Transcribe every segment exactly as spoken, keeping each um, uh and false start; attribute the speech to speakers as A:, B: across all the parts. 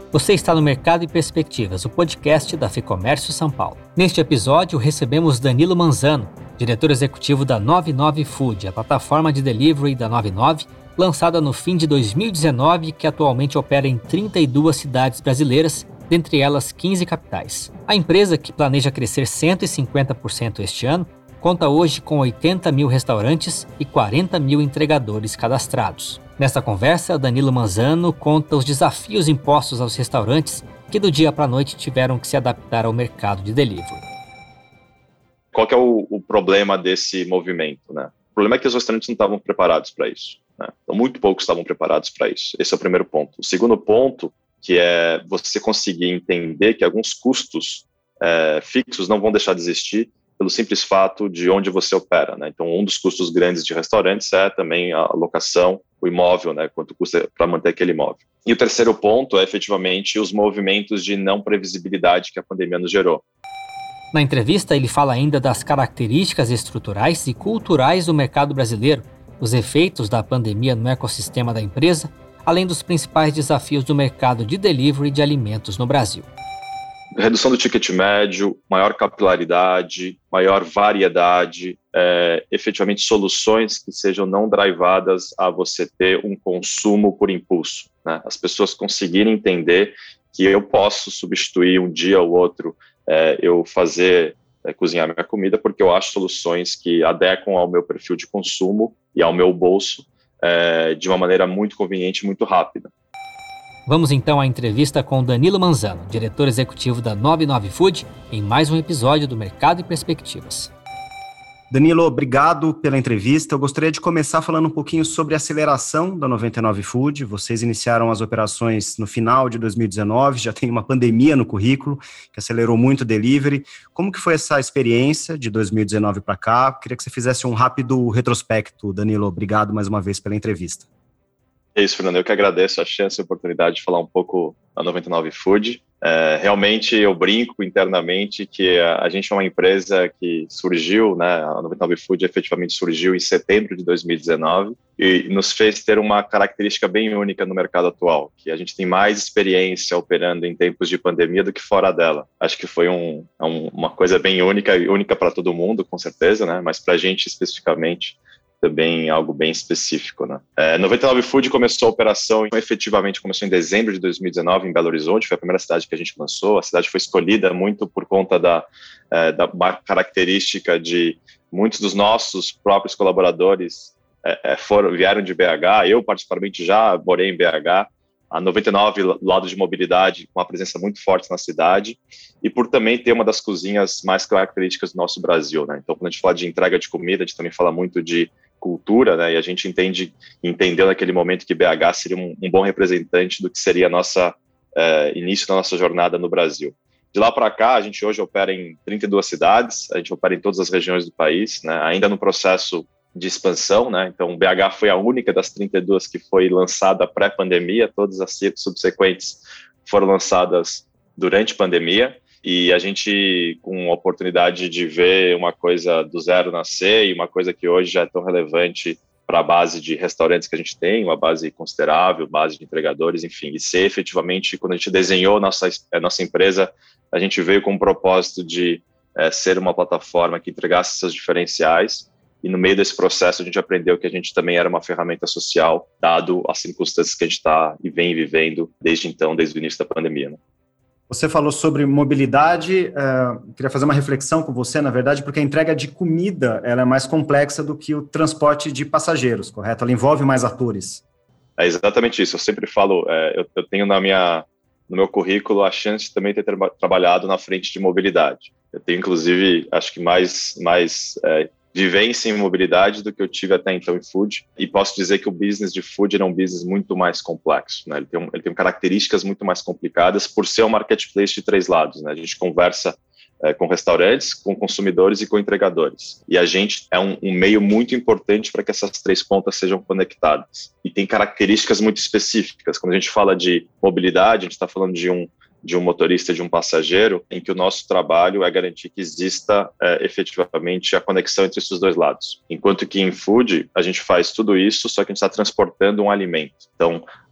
A: Você está no Mercado e Perspectivas, o podcast da FEComércio São Paulo. Neste episódio, recebemos Danilo Manzano, diretor executivo da noventa e nove Food, a plataforma de delivery da noventa e nove, lançada no fim de dois mil e dezenove, que atualmente opera em trinta e duas cidades brasileiras, dentre elas quinze capitais. A empresa, que planeja crescer cento e cinquenta por cento este ano, conta hoje com oitenta mil restaurantes e quarenta mil entregadores cadastrados. Nesta conversa, Danilo Manzano conta os desafios impostos aos restaurantes que do dia para a noite tiveram que se adaptar ao mercado de delivery.
B: Qual que é o, o problema desse movimento, né? O problema é que os restaurantes não estavam preparados para isso, né? Então, muito poucos estavam preparados para isso. Esse é o primeiro ponto. O segundo ponto, que é você conseguir entender que alguns custos é, fixos não vão deixar de existir pelo simples fato de onde você opera, né? Então, um dos custos grandes de restaurantes é também a locação, o imóvel, né? Quanto custa para manter aquele imóvel. E o terceiro ponto é, efetivamente, os movimentos de não previsibilidade que a pandemia nos gerou.
A: Na entrevista, ele fala ainda das características estruturais e culturais do mercado brasileiro, os efeitos da pandemia no ecossistema da empresa, além dos principais desafios do mercado de delivery de alimentos no Brasil.
B: Redução do ticket médio, maior capilaridade, maior variedade, é, efetivamente soluções que sejam não drivadas a você ter um consumo por impulso, né? As pessoas conseguirem entender que eu posso substituir um dia ou outro, é, eu fazer, é, cozinhar minha comida, porque eu acho soluções que adequam ao meu perfil de consumo e ao meu bolso, é, de uma maneira muito conveniente e muito rápida.
A: Vamos então à entrevista com Danilo Manzano, diretor executivo da noventa e nove Food, em mais um episódio do Mercado e Perspectivas.
C: Danilo, obrigado pela entrevista. Eu gostaria de começar falando um pouquinho sobre a aceleração da noventa e nove Food. Vocês iniciaram as operações no final de dois mil e dezenove, já tem uma pandemia no currículo, que acelerou muito o delivery. Como que foi essa experiência de dois mil e dezenove para cá? Queria que você fizesse um rápido retrospecto, Danilo. Obrigado mais uma vez pela entrevista.
B: É isso, Fernando. Eu que agradeço a chance e a oportunidade de falar um pouco da noventa e nove Food. É, realmente, eu brinco internamente que a, a gente é uma empresa que surgiu, né, a noventa e nove Food efetivamente surgiu em setembro de dois mil e dezenove e nos fez ter uma característica bem única no mercado atual, que a gente tem mais experiência operando em tempos de pandemia do que fora dela. Acho que foi um, um, uma coisa bem única, e única para todo mundo, com certeza, né, mas para a gente especificamente, também algo bem específico, né? É, noventa e nove Food começou a operação, efetivamente começou em dezembro de dois mil e dezenove em Belo Horizonte, foi a primeira cidade que a gente lançou. A cidade foi escolhida muito por conta da, é, da característica de muitos dos nossos próprios colaboradores é, foram, vieram de B H, eu particularmente já morei em B H, a noventa e nove, do lado de mobilidade, com uma presença muito forte na cidade, e por também ter uma das cozinhas mais características do nosso Brasil, né? Então, quando a gente fala de entrega de comida, a gente também fala muito de cultura, né? E a gente entende, entendeu naquele momento que B H seria um, um bom representante do que seria a nossa é, início da nossa jornada no Brasil. De lá para cá, a gente hoje opera em trinta e duas cidades, a gente opera em todas as regiões do país, né? Ainda no processo de expansão, né? Então, B H foi a única das trinta e duas que foi lançada pré-pandemia, todas as subsequentes foram lançadas durante a pandemia, e a gente, com a oportunidade de ver uma coisa do zero nascer, e uma coisa que hoje já é tão relevante para a base de restaurantes que a gente tem, uma base considerável, base de entregadores, enfim, e ser efetivamente, quando a gente desenhou nossa, a nossa empresa, a gente veio com o propósito de é, ser uma plataforma que entregasse seus diferenciais. E no meio desse processo a gente aprendeu que a gente também era uma ferramenta social, dado as circunstâncias que a gente está e vem vivendo desde então, desde o início da pandemia, né?
C: Você falou sobre mobilidade, uh, queria fazer uma reflexão com você, na verdade, porque a entrega de comida ela é mais complexa do que o transporte de passageiros, correto? Ela envolve mais atores.
B: É exatamente isso, eu sempre falo, é, eu, eu tenho na minha, no meu currículo a chance de também ter tra- trabalhado na frente de mobilidade. Eu tenho, inclusive, acho que mais... mais é, vivência em mobilidade do que eu tive até então em food, e posso dizer que o business de food é um business muito mais complexo, né? Ele tem, um, ele tem características muito mais complicadas por ser um marketplace de três lados, né? A gente conversa é, com restaurantes, com consumidores e com entregadores, e a gente é um, um meio muito importante para que essas três pontas sejam conectadas, e tem características muito específicas. Quando a gente fala de mobilidade, a gente está falando de um de um motorista, de um passageiro, em que o nosso trabalho é garantir que exista é, efetivamente a conexão entre esses dois lados. Enquanto que em food, a gente faz tudo isso, só que a gente está transportando um alimento. Então, a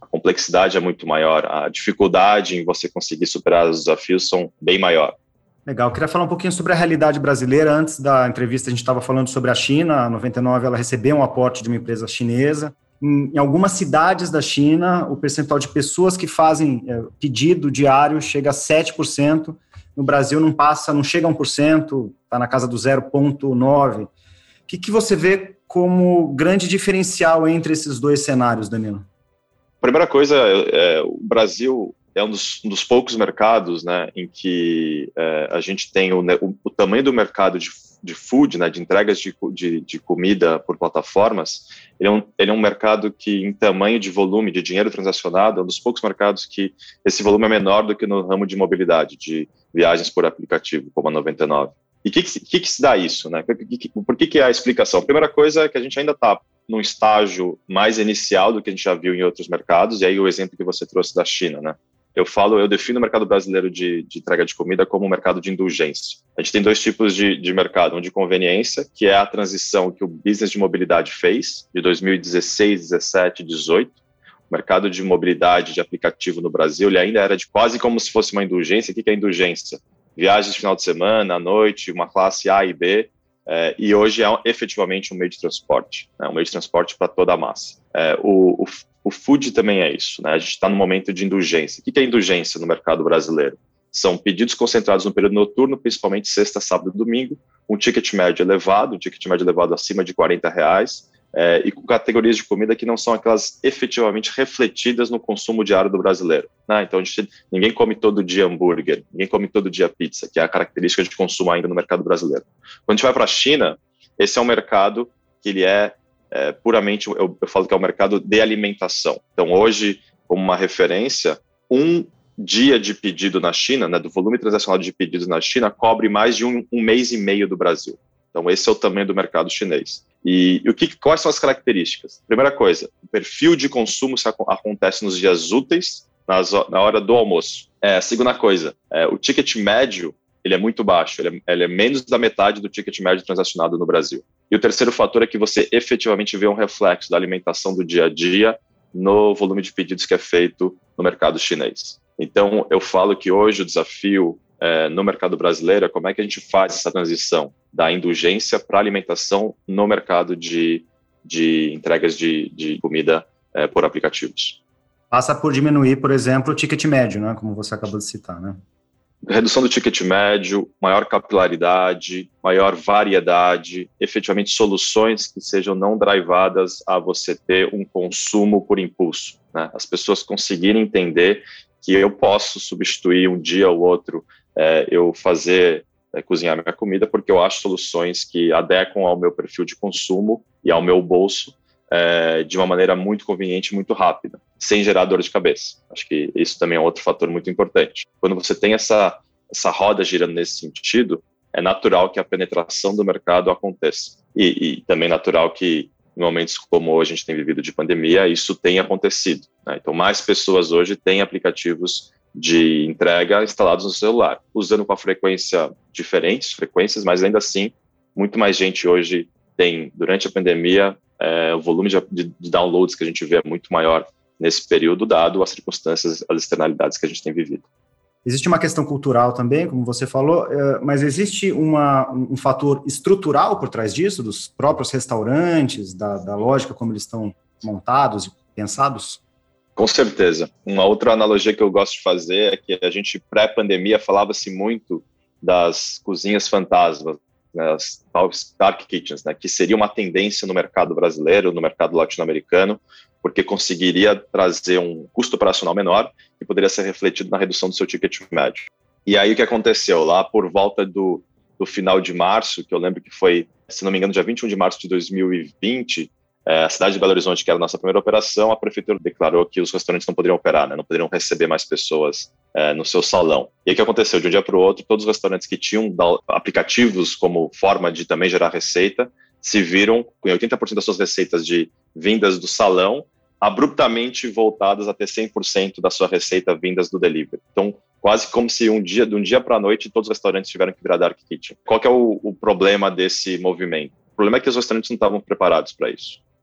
B: complexidade é muito maior, a dificuldade em você conseguir superar os desafios são bem maior.
C: Legal, eu queria falar um pouquinho sobre a realidade brasileira. Antes da entrevista a gente estava falando sobre a China, a noventa e nove ela recebeu um aporte de uma empresa chinesa. Em, em algumas cidades da China, o percentual de pessoas que fazem é, pedido diário chega a sete por cento, no Brasil não passa, não chega a um por cento, está na casa do zero vírgula nove por cento. O que, que você vê como grande diferencial entre esses dois cenários, Danilo?
B: Primeira coisa, é, o Brasil é um dos, um dos poucos mercados, né, em que é, a gente tem o, o, o tamanho do mercado de, de food, né, de entregas de, de, de comida por plataformas. Ele é, um, ele é um mercado que, em tamanho de volume, de dinheiro transacionado, é um dos poucos mercados que esse volume é menor do que no ramo de mobilidade, de viagens por aplicativo, como a noventa e nove. E o que, que, que se dá isso, né? Por que, que é a explicação? A primeira coisa é que a gente ainda está num estágio mais inicial do que a gente já viu em outros mercados, e aí o exemplo que você trouxe da China, né? Eu falo, eu defino o mercado brasileiro de, de entrega de comida como um mercado de indulgência. A gente tem dois tipos de, de mercado, um de conveniência, que é a transição que o business de mobilidade fez, de dois mil e dezesseis, dezessete, dezoito. O mercado de mobilidade de aplicativo no Brasil, ele ainda era de quase como se fosse uma indulgência. O que é indulgência? Viagens de final de semana, à noite, uma classe A e B, é, e hoje é efetivamente um meio de transporte, né, um meio de transporte para toda a massa. É, o, o, o food também é isso, né, a gente está no momento de indulgência. O que é indulgência no mercado brasileiro? São pedidos concentrados no período noturno, principalmente sexta, sábado e domingo, um ticket médio elevado, um ticket médio elevado acima de quarenta reais, É, e com categorias de comida que não são aquelas efetivamente refletidas no consumo diário do brasileiro, né? Então, a gente, ninguém come todo dia hambúrguer, ninguém come todo dia pizza, que é a característica de consumo ainda no mercado brasileiro. Quando a gente vai para a China, esse é um mercado que ele é, é puramente, eu, eu falo que é um mercado de alimentação. Então, hoje, como uma referência, um dia de pedido na China, né, do volume transacional de pedidos na China, cobre mais de um, um mês e meio do Brasil. Então, esse é o tamanho do mercado chinês. E, e o que, quais são as características? Primeira coisa, o perfil de consumo se acontece nos dias úteis, nas, na hora do almoço. É, segunda coisa, é, o ticket médio ele é muito baixo, ele é, ele é menos da metade do ticket médio transacionado no Brasil. E o terceiro fator é que você efetivamente vê um reflexo da alimentação do dia a dia no volume de pedidos que é feito no mercado chinês. Então, eu falo que hoje o desafio É, no mercado brasileiro, é como é que a gente faz essa transição da indulgência para a alimentação no mercado de, de entregas de, de comida é, por aplicativos.
C: Passa por diminuir, por exemplo, o ticket médio, né, como você acabou de citar, né?
B: Redução do ticket médio, maior capilaridade, maior variedade, efetivamente soluções que sejam não drivadas a você ter um consumo por impulso, né? As pessoas conseguirem entender que eu posso substituir um dia ou outro É, eu fazer, é, cozinhar minha comida, porque eu acho soluções que adequam ao meu perfil de consumo e ao meu bolso é, de uma maneira muito conveniente e muito rápida, sem gerar dor de cabeça. Acho que isso também é outro fator muito importante. Quando você tem essa, essa roda girando nesse sentido, é natural que a penetração do mercado aconteça. E, e também é natural que, em momentos como a gente tem vivido de pandemia, isso tenha acontecido, né? Então, mais pessoas hoje têm aplicativos de entrega instalados no celular, usando com a frequência diferentes, frequências, mas ainda assim, muito mais gente hoje tem, durante a pandemia, é, o volume de, de downloads que a gente vê é muito maior nesse período, dado as circunstâncias, as externalidades que a gente tem vivido.
C: Existe uma questão cultural também, como você falou, mas existe uma, um fator estrutural por trás disso, dos próprios restaurantes, da, da lógica como eles estão montados e pensados?
B: Com certeza. Uma outra analogia que eu gosto de fazer é que a gente, pré-pandemia, falava-se muito das cozinhas fantasmas, né, as dark kitchens, né, que seria uma tendência no mercado brasileiro, no mercado latino-americano, porque conseguiria trazer um custo operacional menor e poderia ser refletido na redução do seu ticket médio. E aí o que aconteceu? Lá por volta do, do final de março, que eu lembro que foi, se não me engano, dia vinte e um de março de dois mil e vinte, É, a cidade de Belo Horizonte, que era a nossa primeira operação, a prefeitura declarou que os restaurantes não poderiam operar, né, não poderiam receber mais pessoas é, no seu salão. E aí o que aconteceu? De um dia para o outro, todos os restaurantes que tinham aplicativos como forma de também gerar receita, se viram com oitenta por cento das suas receitas de vindas do salão, abruptamente voltadas a ter cem por cento da sua receita vindas do delivery. Então, quase como se um dia, de um dia para a noite, todos os restaurantes tiveram que virar dark kitchen. Qual que é o, o problema desse movimento? O problema é que os restaurantes não estavam preparados para isso.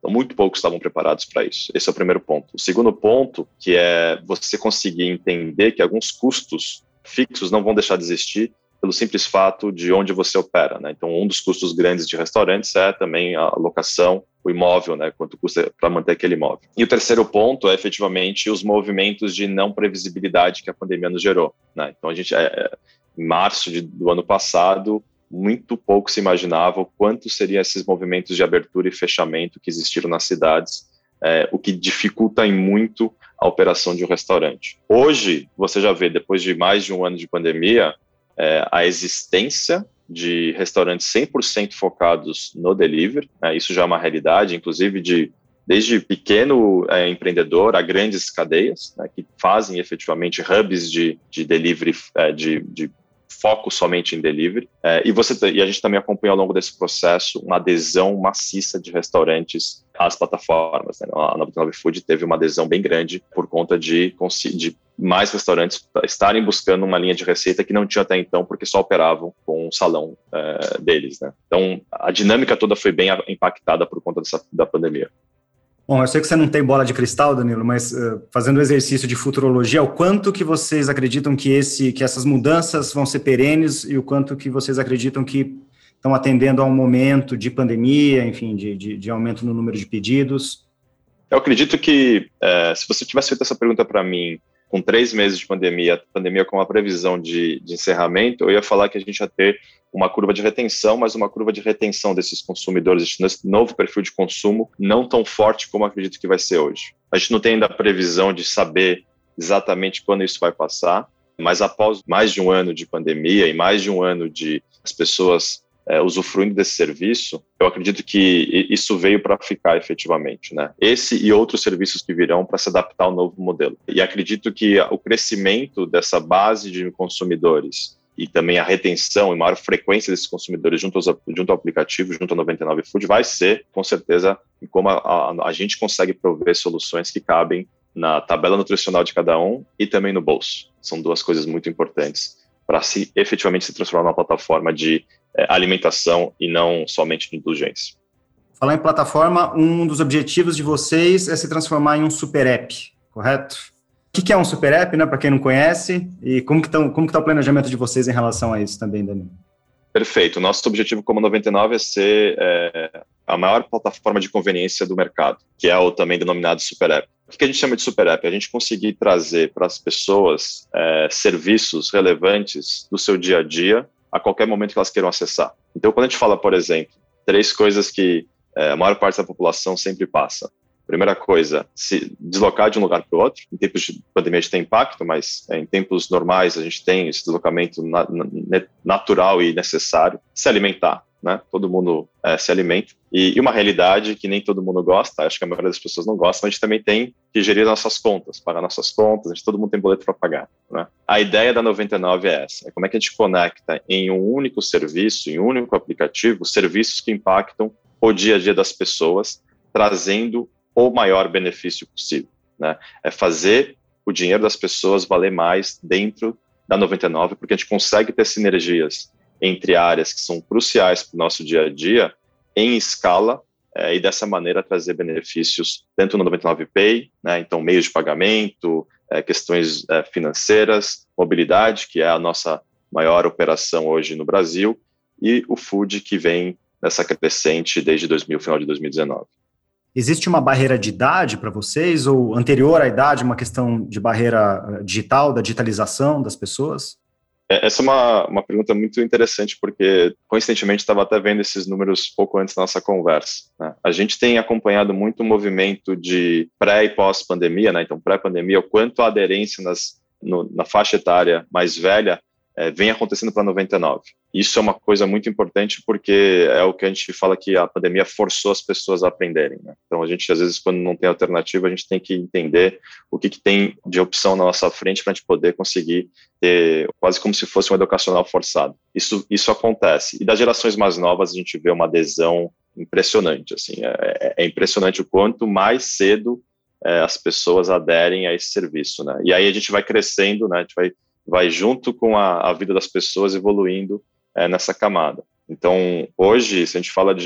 B: Então, muito poucos estavam preparados para isso. Esse é o primeiro ponto. O segundo ponto, que é você conseguir entender que alguns custos fixos não vão deixar de existir pelo simples fato de onde você opera, né? Então, um dos custos grandes de restaurantes é também a locação, o imóvel, né? Quanto custa para manter aquele imóvel. E o terceiro ponto é, efetivamente, os movimentos de não previsibilidade que a pandemia nos gerou, né? Então, a gente, é, é, em março de, do ano passado, muito pouco se imaginava o quanto seriam esses movimentos de abertura e fechamento que existiram nas cidades, é, o que dificulta em muito a operação de um restaurante. Hoje, você já vê, depois de mais de um ano de pandemia, é, a existência de restaurantes cem por cento focados no delivery, né? Isso já é uma realidade, inclusive de desde pequeno é, empreendedor a grandes cadeias, né, que fazem efetivamente hubs de, de delivery, é, de, de foco somente em delivery, é, e, você, e a gente também acompanha ao longo desse processo uma adesão maciça de restaurantes às plataformas, né? A noventa e nove Food teve uma adesão bem grande por conta de, de mais restaurantes estarem buscando uma linha de receita que não tinha até então, porque só operavam com o salão é, deles, né? Então, a dinâmica toda foi bem impactada por conta dessa, da pandemia.
C: Bom, eu sei que você não tem bola de cristal, Danilo, mas uh, fazendo o exercício de futurologia, o quanto que vocês acreditam que, esse, que essas mudanças vão ser perenes e o quanto que vocês acreditam que estão atendendo a um momento de pandemia, enfim, de, de, de aumento no número de pedidos?
B: Eu acredito que, é, se você tivesse feito essa pergunta para mim com três meses de pandemia, pandemia com a previsão de, de encerramento, eu ia falar que a gente ia ter uma curva de retenção, mas uma curva de retenção desses consumidores, nesse novo perfil de consumo, não tão forte como eu acredito que vai ser hoje. A gente não tem ainda a previsão de saber exatamente quando isso vai passar, mas após mais de um ano de pandemia e mais de um ano de as pessoas é, usufruindo desse serviço, eu acredito que isso veio para ficar efetivamente, né? Esse e outros serviços que virão para se adaptar ao novo modelo. E acredito que o crescimento dessa base de consumidores e também a retenção e maior frequência desses consumidores junto, aos, junto ao aplicativo, junto ao noventa e nove Food, vai ser, com certeza, como a, a, a gente consegue prover soluções que cabem na tabela nutricional de cada um e também no bolso. São duas coisas muito importantes para se efetivamente se transformar numa plataforma de é, alimentação e não somente de indulgência.
C: Falar em plataforma, um dos objetivos de vocês é se transformar em um super app, correto? O que é um super app, né, para quem não conhece, e como que está como que tá o planejamento de vocês em relação a isso também, Danilo?
B: Perfeito. Nosso objetivo como noventa e nove é ser é, a maior plataforma de conveniência do mercado, que é o também denominado super app. O que a gente chama de super app? A gente conseguir trazer para as pessoas é, serviços relevantes do seu dia a dia a qualquer momento que elas queiram acessar. Então, quando a gente fala, por exemplo, três coisas que é, a maior parte da população sempre passa. Primeira coisa, se deslocar de um lugar para o outro. Em tempos de pandemia a gente tem impacto, mas é, em tempos normais a gente tem esse deslocamento na, na, natural e necessário. Se alimentar, né? Todo mundo é, se alimenta. E, e uma realidade que nem todo mundo gosta, acho que a maioria das pessoas não gosta, mas a gente também tem que gerir nossas contas, pagar nossas contas, a gente, todo mundo tem boleto para pagar, né? A ideia da noventa e nove é essa, é como é que a gente conecta em um único serviço, em um único aplicativo, serviços que impactam o dia a dia das pessoas, trazendo o maior benefício possível, né? É fazer o dinheiro das pessoas valer mais dentro da noventa e nove, porque a gente consegue ter sinergias entre áreas que são cruciais para o nosso dia a dia, em escala, é, e dessa maneira trazer benefícios tanto no noventa e nove Pay, né? Então meios de pagamento, é, questões é, financeiras, mobilidade, que é a nossa maior operação hoje no Brasil, e o Food, que vem nessa crescente desde dois mil, final de dois mil e dezenove.
C: Existe uma barreira de idade para vocês, ou anterior à idade, uma questão de barreira digital, da digitalização das pessoas?
B: Essa é uma, uma pergunta muito interessante, porque, coincidentemente, estava até vendo esses números pouco antes da nossa conversa, né? A gente tem acompanhado muito o movimento de pré- e pós-pandemia, né? Então, pré-pandemia, o quanto a aderência nas, no, na faixa etária mais velha é, vem acontecendo para noventa e nove. Isso é uma coisa muito importante, porque é o que a gente fala que a pandemia forçou as pessoas a aprenderem, né? Então, a gente, às vezes, quando não tem alternativa, a gente tem que entender o que, que tem de opção na nossa frente para a gente poder conseguir ter quase como se fosse um educacional forçado. Isso, isso acontece. E das gerações mais novas, a gente vê uma adesão impressionante, assim. É, é impressionante o quanto mais cedo é, as pessoas aderem a esse serviço, né? E aí a gente vai crescendo, né? A gente vai, vai junto com a, a vida das pessoas evoluindo É, nessa camada. Então, hoje, se a gente fala de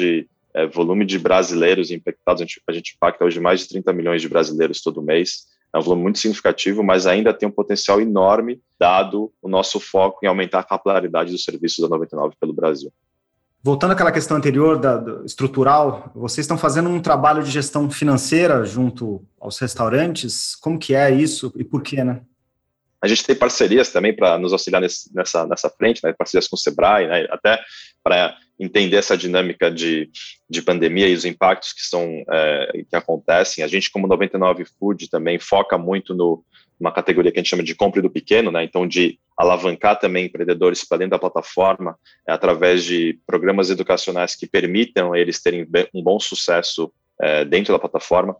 B: é, volume de brasileiros infectados, a gente, a gente impacta hoje mais de trinta milhões de brasileiros todo mês, é um volume muito significativo, mas ainda tem um potencial enorme, dado o nosso foco em aumentar a capilaridade dos serviços da noventa e nove pelo Brasil.
C: Voltando àquela questão anterior, da, do, estrutural, vocês estão fazendo um trabalho de gestão financeira junto aos restaurantes, como que é isso e por quê, né?
B: A gente tem parcerias também para nos auxiliar nesse, nessa, nessa frente, né? Parcerias com o Sebrae, né? Até para entender essa dinâmica de, de pandemia e os impactos que, são, é, que acontecem. A gente, como noventa e nove Food, também foca muito no, numa categoria que a gente chama de compra do pequeno, né? Então, de alavancar também empreendedores para dentro da plataforma, é, através de programas educacionais que permitam eles terem um bom sucesso é, dentro da plataforma.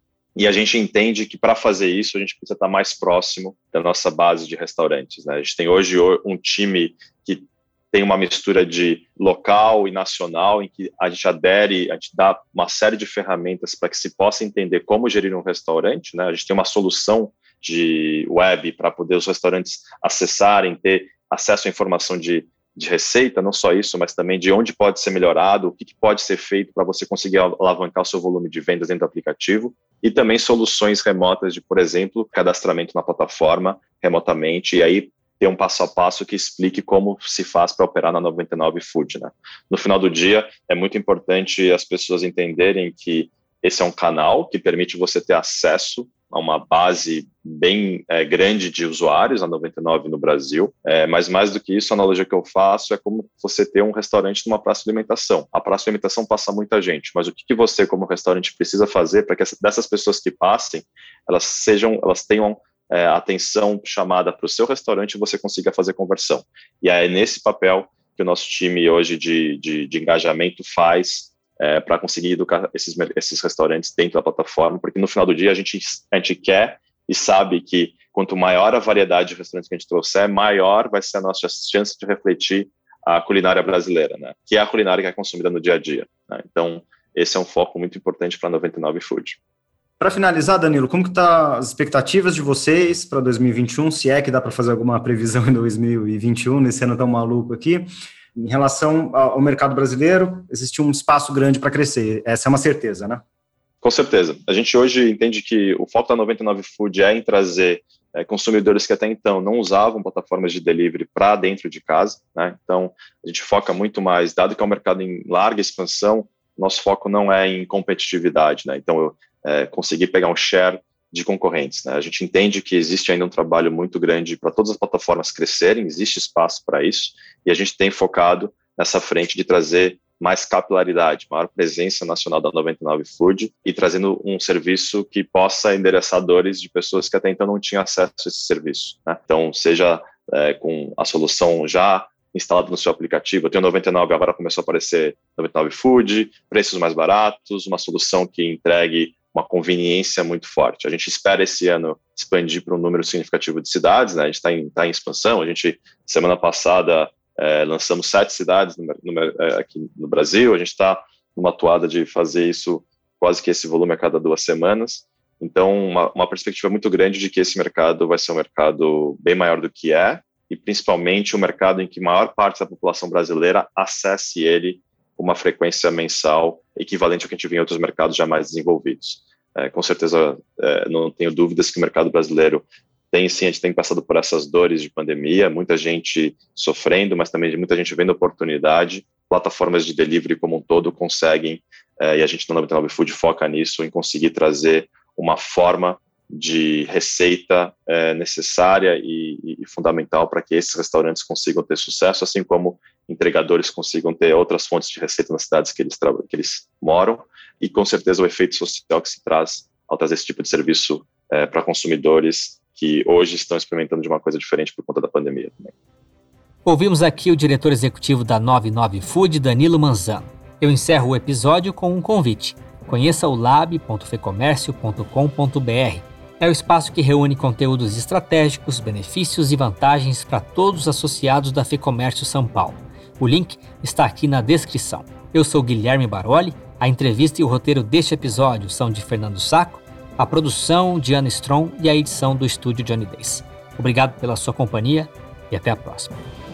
B: E a gente entende que para fazer isso a gente precisa estar mais próximo da nossa base de restaurantes, né? A gente tem hoje um time que tem uma mistura de local e nacional, em que a gente adere, a gente dá uma série de ferramentas para que se possa entender como gerir um restaurante, né? A gente tem uma solução de web para poder os restaurantes acessarem, ter acesso à informação de de receita, não só isso, mas também de onde pode ser melhorado, o que, que pode ser feito para você conseguir alavancar o seu volume de vendas dentro do aplicativo, e também soluções remotas de, por exemplo, cadastramento na plataforma remotamente, e aí ter um passo a passo que explique como se faz para operar na noventa e nove Food, né? No final do dia, é muito importante as pessoas entenderem que esse é um canal que permite você ter acesso a uma base bem é, grande de usuários, a noventa e nove no Brasil, é, mas mais do que isso, a analogia que eu faço é como você ter um restaurante numa praça de alimentação. A praça de alimentação passa muita gente, mas o que, que você, como restaurante, precisa fazer para que essa, dessas pessoas que passem, elas sejam, elas tenham é, atenção chamada para o seu restaurante e você consiga fazer conversão. E é nesse papel que o nosso time hoje de, de, de engajamento faz, É, para conseguir educar esses, esses restaurantes dentro da plataforma, porque no final do dia a gente, a gente quer e sabe que quanto maior a variedade de restaurantes que a gente trouxer, maior vai ser a nossa chance de refletir a culinária brasileira, né? Que é a culinária que é consumida no dia a dia, né? Então, esse é um foco muito importante para a noventa e nove Food.
C: Para finalizar, Danilo, como que tá as expectativas de vocês para dois mil e vinte e um, se é que dá para fazer alguma previsão em dois mil e vinte e um, nesse ano tão maluco aqui? Em relação ao mercado brasileiro, existe um espaço grande para crescer, essa é uma certeza, né?
B: Com certeza. A gente hoje entende que o foco da noventa e nove Food é em trazer é, consumidores que até então não usavam plataformas de delivery para dentro de casa, né? Então, a gente foca muito mais, dado que é um mercado em larga expansão, nosso foco não é em competitividade, né? Então, eu é, conseguir pegar um share de concorrentes, né? A gente entende que existe ainda um trabalho muito grande para todas as plataformas crescerem, existe espaço para isso, e a gente tem focado nessa frente de trazer mais capilaridade, maior presença nacional da noventa e nove Food e trazendo um serviço que possa endereçar dores de pessoas que até então não tinham acesso a esse serviço, né? Então, seja é, com a solução já instalada no seu aplicativo, eu tenho noventa e nove, agora começou a aparecer noventa e nove Food, preços mais baratos, uma solução que entregue uma conveniência muito forte. A gente espera esse ano expandir para um número significativo de cidades, né? A gente está em, tá em expansão, a gente, semana passada, é, lançamos sete cidades no, no, é, aqui no Brasil, a gente está numa atuada de fazer isso, quase que esse volume a cada duas semanas, então uma, uma perspectiva muito grande de que esse mercado vai ser um mercado bem maior do que é, e principalmente um mercado em que a maior parte da população brasileira acesse ele com uma frequência mensal equivalente ao que a gente vê em outros mercados já mais desenvolvidos. É, com certeza, é, não tenho dúvidas que o mercado brasileiro tem, sim, a gente tem passado por essas dores de pandemia, muita gente sofrendo, mas também muita gente vendo oportunidade. Plataformas de delivery como um todo conseguem, é, e a gente na noventa e nove Food foca nisso, em conseguir trazer uma forma de receita é, necessária e, e fundamental para que esses restaurantes consigam ter sucesso, assim como entregadores consigam ter outras fontes de receita nas cidades que eles, que eles moram, e com certeza o efeito social que se traz ao trazer esse tipo de serviço é, para consumidores que hoje estão experimentando de uma coisa diferente por conta da pandemia também.
A: Ouvimos aqui o diretor executivo da noventa e nove Food, Danilo Manzano. Eu encerro o episódio com um convite. Conheça o lab ponto fecomércio ponto com ponto br. É o espaço que reúne conteúdos estratégicos, benefícios e vantagens para todos os associados da Fecomércio São Paulo. O link está aqui na descrição. Eu sou Guilherme Baroli, a entrevista e o roteiro deste episódio são de Fernando Sacco, a produção de Ana Strom e a edição do estúdio Johnny Days. Obrigado pela sua companhia e até a próxima.